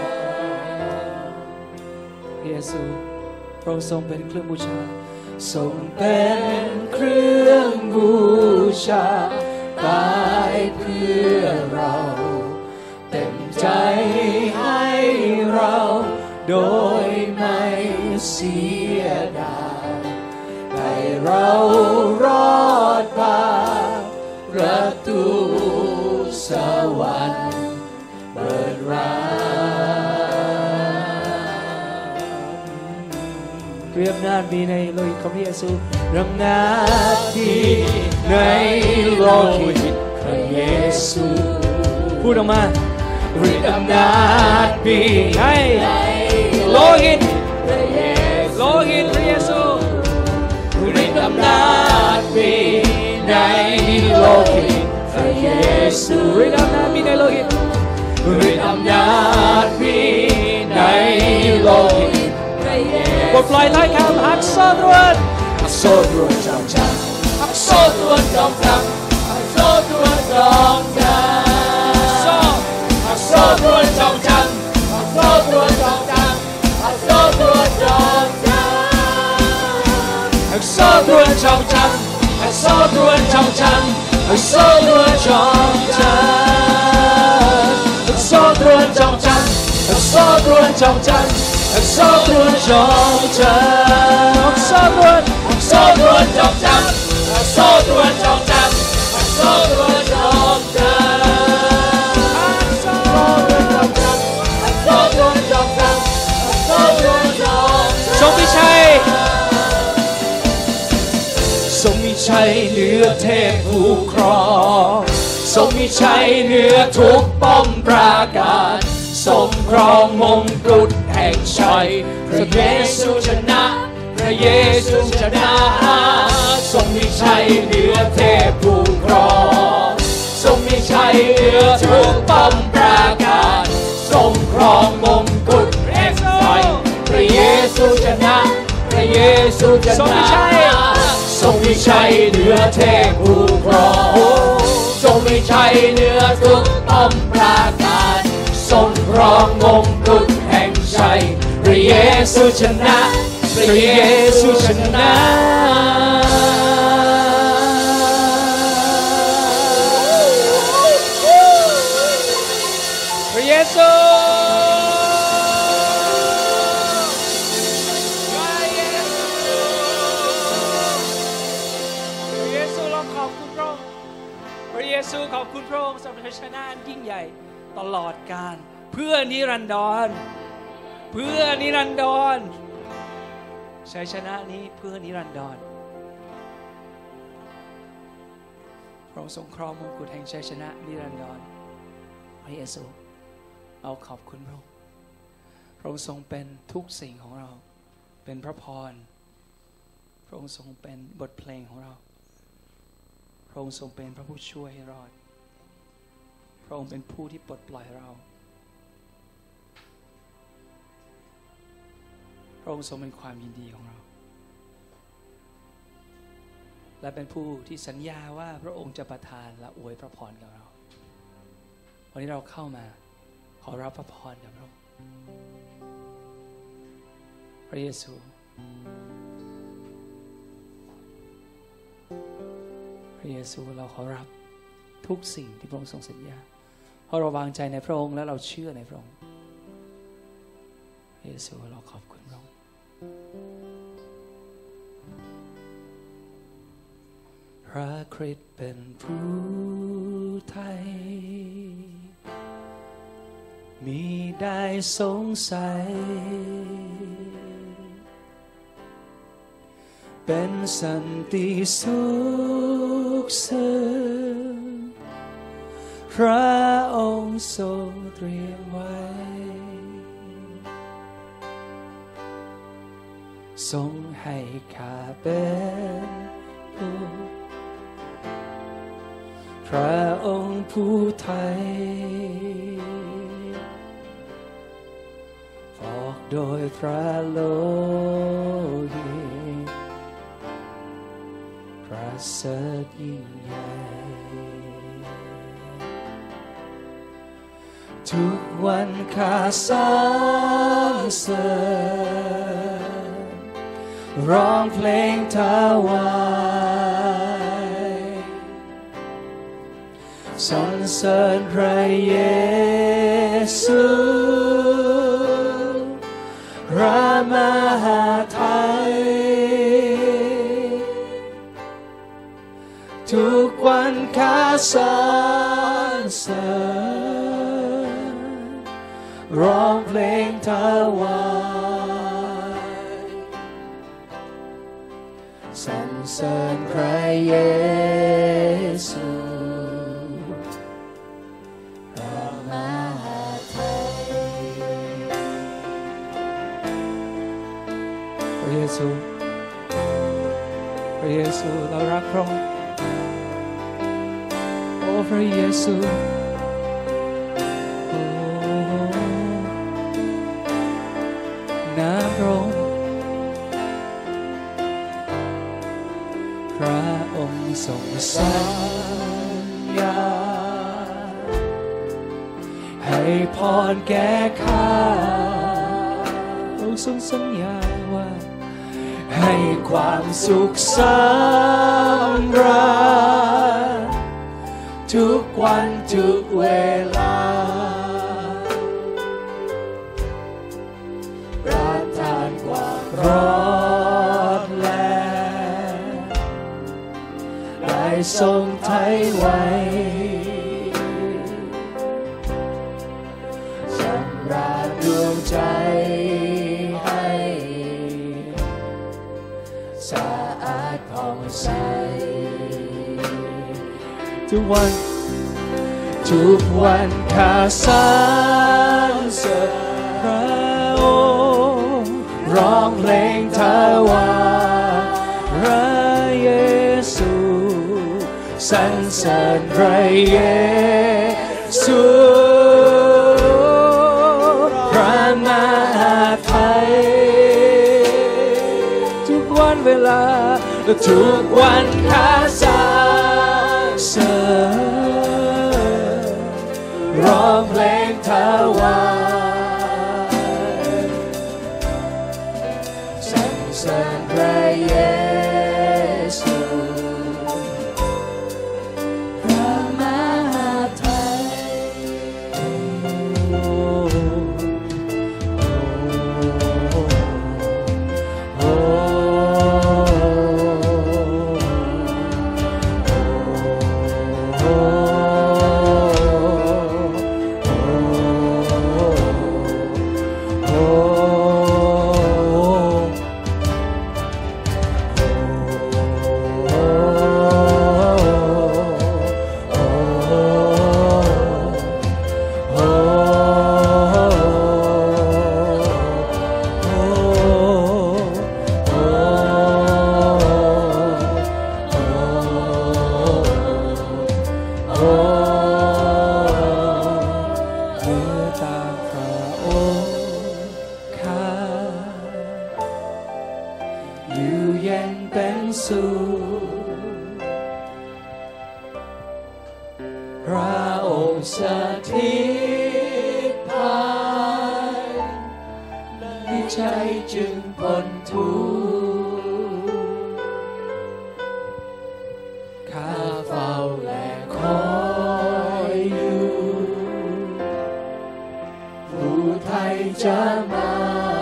Speaker 2: พระเยซูพระองค์ทรงเป็นเครื่องบูชาทรงเป็นเครื่องบูชาตายเพื่อเราเต็มใจให้เราโดยไม่เสียดายให้เรารอดมาประตูสวรรค์เปิดรับ
Speaker 1: พระอำนาจมีในโลหิตของพระเยซูพระอำนาจมีในโลหิตพระเยซูพูดออกมาฤทธิ์อำนาจมีในโลหิตพระเยซูโลหิตพระเยซูฤทธิ์อำนาจมีในโลหิตพระเยซูฤทธิ์อำนาจมีในโลหิตฤทธิ์อำนาจมีในโลหิตปลดปล่อยถ้อยคำหักโซ่ตรวนหักโซ่ตรวนจองจำหักโซ่ตรวนจองจำหักโซ่ตรวนจองจำหักโซ่ตรวนจองจำหักโซ่ตรวนจองจำหักโซ่ตรวนจองจำหักโซ่ตรวนจองจำหักโซ่ตรวนจองจำหักโซ่ตรวนจองจำหักโซ่ตรวนจองจำหักโซ่ตรวนจองจำหักโซ่ตรวนจองจำหักโซ่ตรวนจองจำหักโซ่ตรวนจองจำหักโซ่ตรวนจองจำหักโซ่ตรวนจองจำหักโซ่ตรวนจองจำหักโซ่ตรวนจองจำทรงมีชัยทรงมีชัยเหนือเทพผู้ครองทรงมีชัยเหนือทุกป้อมปราการทรงครองมงกุฎแห่งชัยพระเยซูชนะพระเยซูชนะทรงมีชัยเหนือเทพผู้ครองทรงมีชัยเหนือทุกป้อมปราการทรงครองมงกุฎแห่งชัยพระเยซูชนะพระเยซูชนะทรงมีชัยเหนือเทพผู้ครองทรงมีชัยเหนือทุกป้อมปราการทรงครองมงกุฎแห่งชัยพระเยซูชนะพระเยซูชนะพระเยซูพระเยซูขอบคุณพระองค์สำหรับชัยชนะยิ่งใหญ่ตลอดกาลเพื่อนิรันดรเพื่อนิรันดรชัยชนะนี้เพื่อนิรันดรพระองค์ทรงครองมงกุฎแห่งชัยชนะนิรันดรพระเยซูเอาขอบคุณพระองค์พระองค์ทรงเป็นทุกสิ่งของเราเป็นพระพรพระองค์ทรงเป็นบทเพลงของเราพระองค์ทรงเป็นพระผู้ช่วยให้รอดพระองค์เป็นผู้ที่ปลดปล่อยเราพระองค์ทรงเป็นความยินดีของเราและเป็นผู้ที่สัญญาว่าพระองค์จะประทานและอวยพระพรกับเราวันนี้เราเข้ามาขอรับพระพรจากพระองค์พระเยซูพระเยซูเราขอรับทุกสิ่งที่พระองค์ทรงสัญญาเพราะเราวางใจในพระองค์และเราเชื่อในพระองค์พระเยซูเราขอบคุณพระองค์พระคริสต์เป็นผู้ไทยมิได้สงสัยเป็นสันติสุขสืบพระองค์ทรงเตรียมไว้ทรงให้ข้าเป็นผู้พระองค์ผู้ไทยออกโดยพระโลหิตประเสริฐยิ่งใหญ่ทุกวันข้าสรรเสริญร้องเพลงถวายสรรเสริญพระเยซูพระมหาไทยทุกวันข้าสรรเสริญร้องเพลงถวาย
Speaker 2: เสริญพระเยซูพระมหาไทย
Speaker 1: พระเยซูพระเยซูเรารักพระองค์โอ้พระเยซูโอ้น้ำพระองค์พระองค์ทรงสัญญาให้พรแก่ข้าพระองค์ทรงสัญญาว่าให้ความสุขสำราญทุกวันทุกเวลาประทานความรอดแลได้ทรงไถ่ไว้ชำระดวงใจให้สะอาดผ่องใสทุกวันข้าสรรเสริญพระองค์ร้องเพลงถวายพระเยซูสรรเสริญพระเยซูพระมหาไทยทุกวันเวลาทุกวันข้าสรรเสริญร้องเพลงถวายสรรเสริญพระเยซูพระมหาไทยพระองค์สถิตภายในใจจึงพ้นทุกข์ข้าเฝ้าและคอยอยู่ผู้ไทยจะมา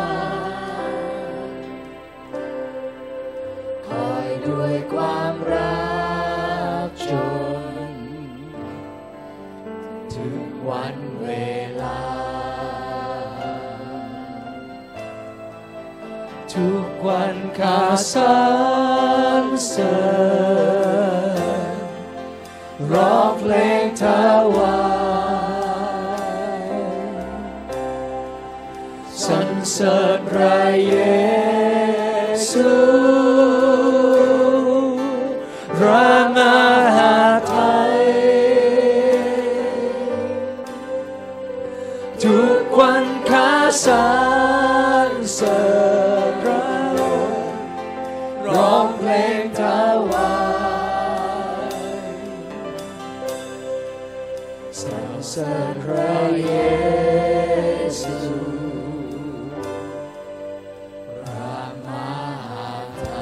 Speaker 1: คอยด้วยความรักจนถึงวันเวลาทุกวันข้าสรรเสริญร้องเพลงถวายสรรเสริญพระเยซูพระมหาไทยทุกวันข้าสรรเสริญพระองค์ร้องเพลงถวายสรรเสริญพระเยซูพระมหาไท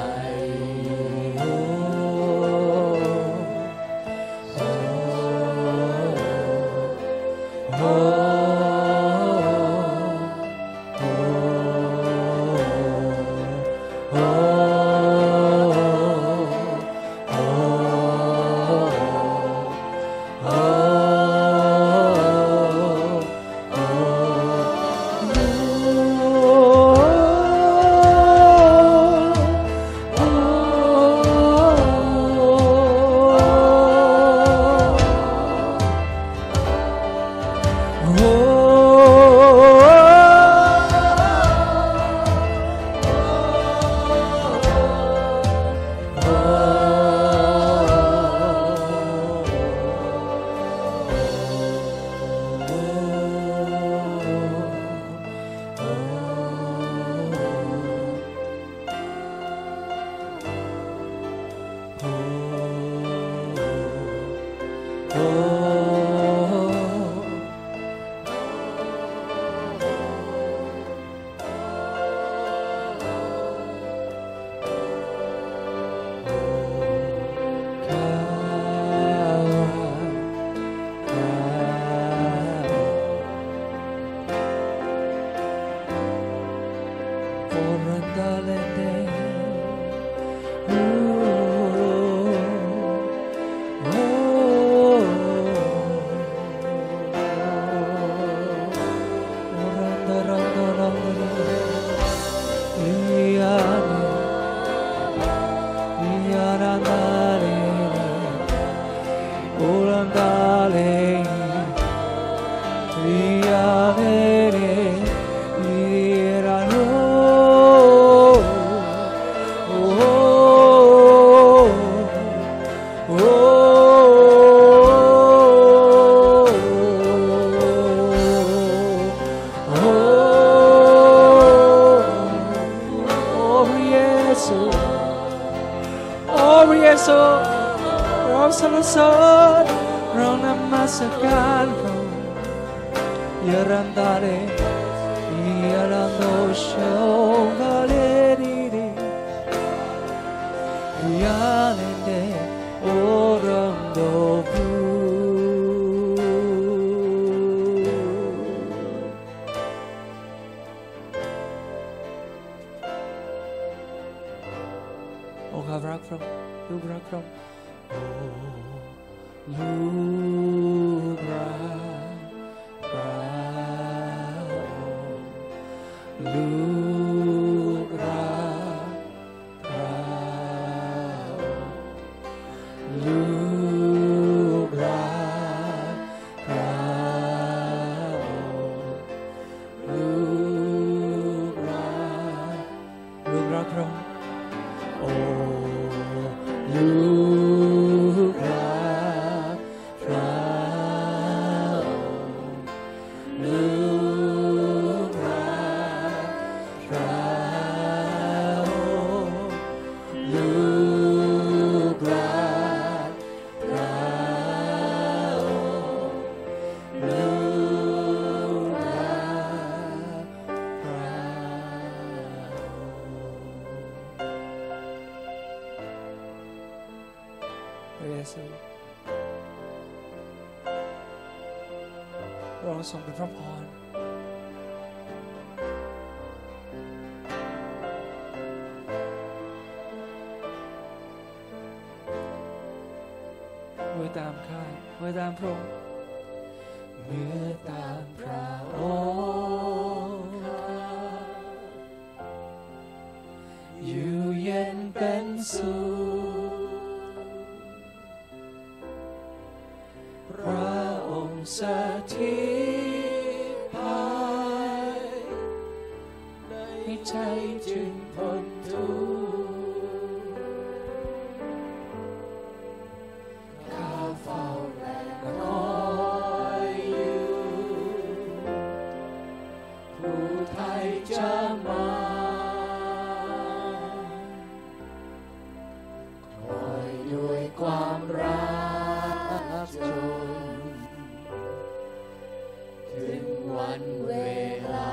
Speaker 1: เราส่งเป็นพระพรเมื่อตามข้าเมื่อตามพระองค์เมื่อตามพระองค์อยู่เย็นเป็นสุขพระองค์สถิตภายในใจจึงพ้นทุกข์ข้าเฝ้าและคอยอยู่ผู้ไทยจะมาคอยด้วยความรักจนถึงวันเวลา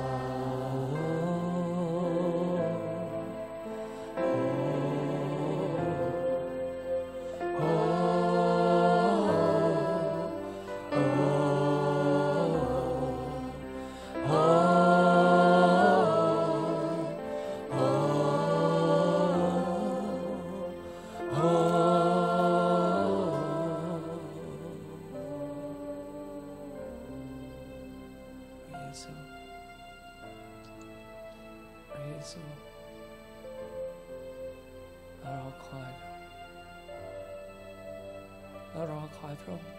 Speaker 1: รอคอยพระองค์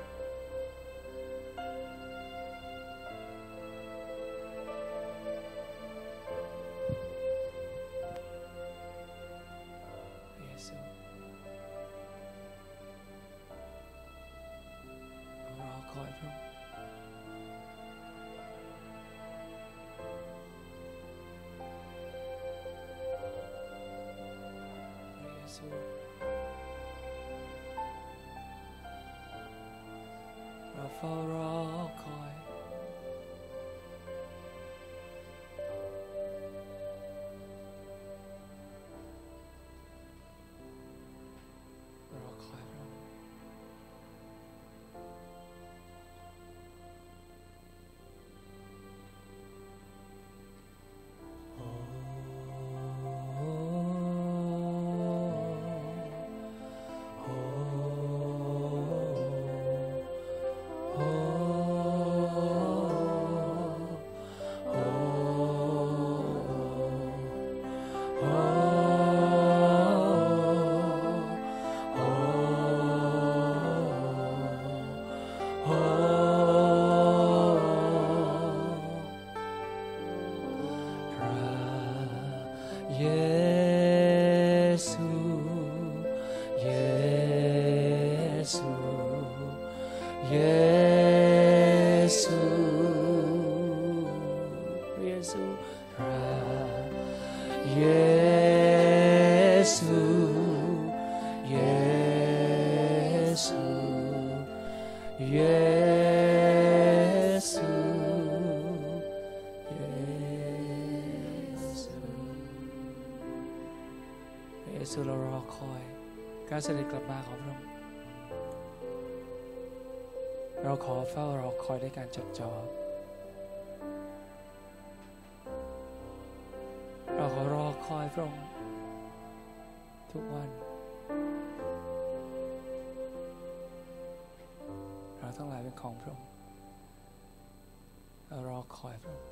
Speaker 1: พระเยซูรอคอยพระองค์พระเยซูเราเฝ้ารอคอยรอคอยพระองค์โอ้เยซูเยซูเยซูเยซูเยซูเยซูเยซูเยซูเรารอคอยการเสด็จกลับมาของพระองค์เราขอเฝ้ารอคอยด้วยการจดจ่อเราขอรอคอยพระองค์ทุกวันเราทั้งหลายเป็นของพระองค์เรารอคอยพระองค์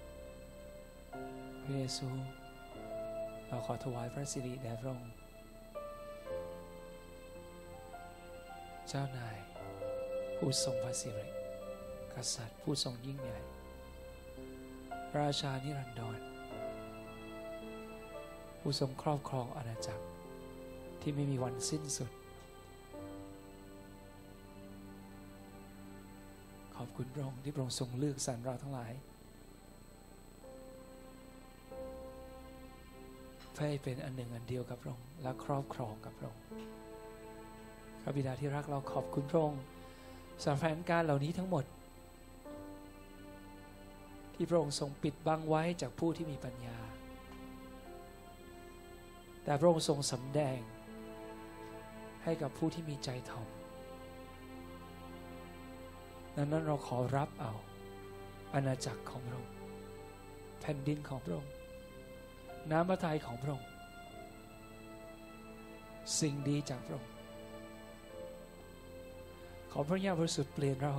Speaker 1: พระเยซูเราขอถวายพระสิริแด่พระองค์เจ้านายผู้ทรงพระสิริกษัตริย์ผู้ทรงยิ่งใหญ่ราชานิรันดรผู้ทรงครอบครองอาณาจักรที่ไม่มีวันสิ้นสุดขอบคุณพระองค์ที่พระองค์ทรงเลือกสรรเราทั้งหลายเพื่อให้เป็นอันหนึ่งอันเดียวกับพระองค์และครอบครองกับพระองค์พระบิดาที่รักเราขอบคุณพระองค์สำหรับแผนการเหล่านี้ทั้งหมดที่พระองค์ทรงปิดบังไว้จากผู้ที่มีปัญญาแต่พระองค์ทรงสำแดงให้กับผู้ที่มีใจถ่อมดังนั้นเราขอรับเอาอาณาจักรของพระองค์แผ่นดินของพระองค์น้ำพระทัยของพระองค์สิ่งดีจากพระองค์ขอพระญาณบริสุทธิ์เปลี่ยนเรา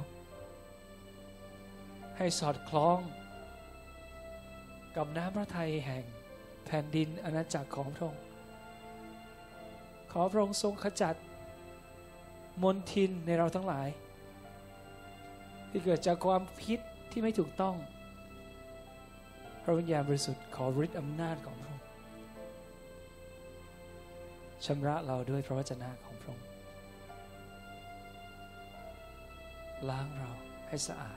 Speaker 1: ให้สอดคล้องกับน้ำพระทัยแห่งแผ่นดินอาณาจักรของพระองค์ขอพระองค์ทรงขจัดมลทินในเราทั้งหลายที่เกิดจากความคิดที่ไม่ถูกต้องพระวิญญาณบริสุทธิ์ขอฤทธิ์อำนาจของพระองค์ชำระเราด้วยพระวจนะของพระองค์ล้างเราให้สะอาด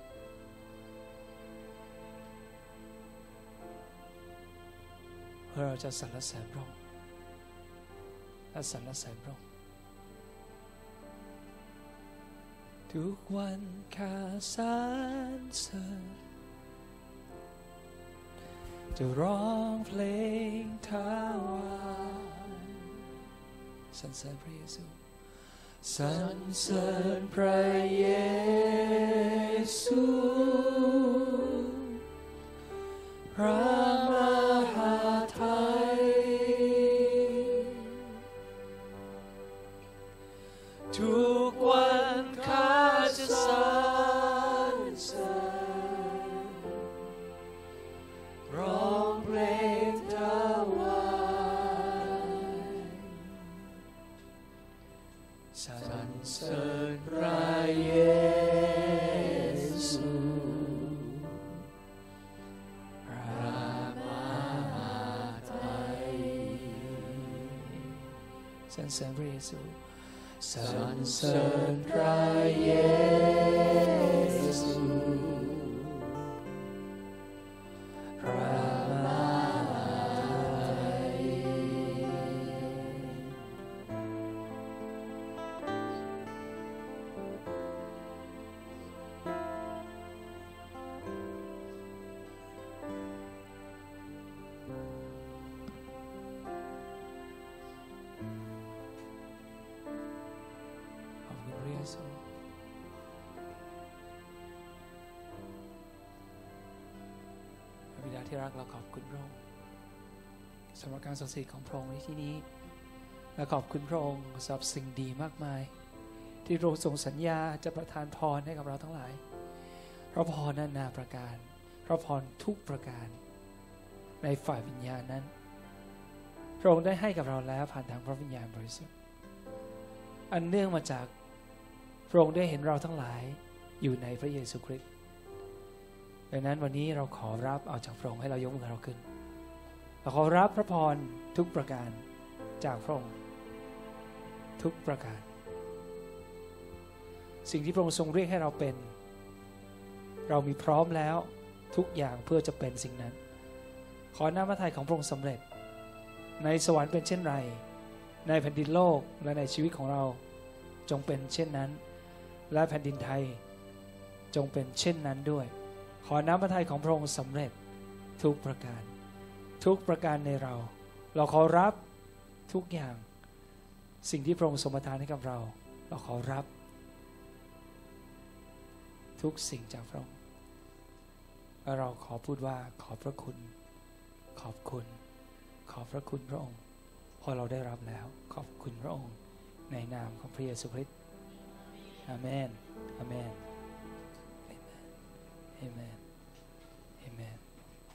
Speaker 1: เพื่อเราจะสรรเสริญพระองค์และสรรเสริญพระองค์ทุกวันข้าสรรเสริญจะร้องเพลงถวายสรรเสริญพระเยซูสรรเสริญพระเยซูพระมหาทัยทุกวันข้าจะสรรเสริญร้องเพลงถวายสรรเสริญพระเยซูพระมหาทัยสรรเสริญพระเยซูสรรเสริญพระเยซูพระมหาทัยขอบคุณพระเยซูพระบิดาที่รักเราขอบคุณพระองค์สำหรับการศักดิ์สิทธิ์ของพระองค์ในที่นี้และขอบคุณพระองค์สำหรับสิ่งดีมากมายที่พระองค์ทรงสัญญาจะประทานพรให้กับเราทั้งหลายพระพรนานาประการพระพรทุกประการในฝ่ายวิญญาณนั้นพระองค์ได้ให้กับเราแล้วผ่านทางพระวิญญาณบริสุทธิ์อันเนื่องมาจากพระองค์ได้เห็นเราทั้งหลายอยู่ในพระเยซูคริสต์ดังนั้นวันนี้เราขอรับเอาจากพระองค์ให้เรายกมือเราขึ้น
Speaker 3: เราขอรับพระพรทุกประการจากพระองค์ทุกประการสิ่งที่พระองค์ทรงเรียกให้เราเป็นเรามีพร้อมแล้วทุกอย่างเพื่อจะเป็นสิ่งนั้นขอน้ำพระทัยของพระองค์สำเร็จในสวรรค์เป็นเช่นไรในแผ่นดินโลกและในชีวิตของเราจงเป็นเช่นนั้นและแผ่นดินไทยจงเป็นเช่นนั้นด้วยขอน้ำพระทัยของพระองค์สำเร็จทุกประการในเราขอรับทุกอย่างสิ่งที่พระองค์ทรงประทานให้กับเราขอรับทุกสิ่งจากพระองค์และเราขอพูดว่าขอบพระคุณขอบคุณขอบพระคุณพระองค์พอเราได้รับแล้วขอบคุณพระองค์ในนามของพระเยซูคริสต์อาเมนอาเมนอาเมน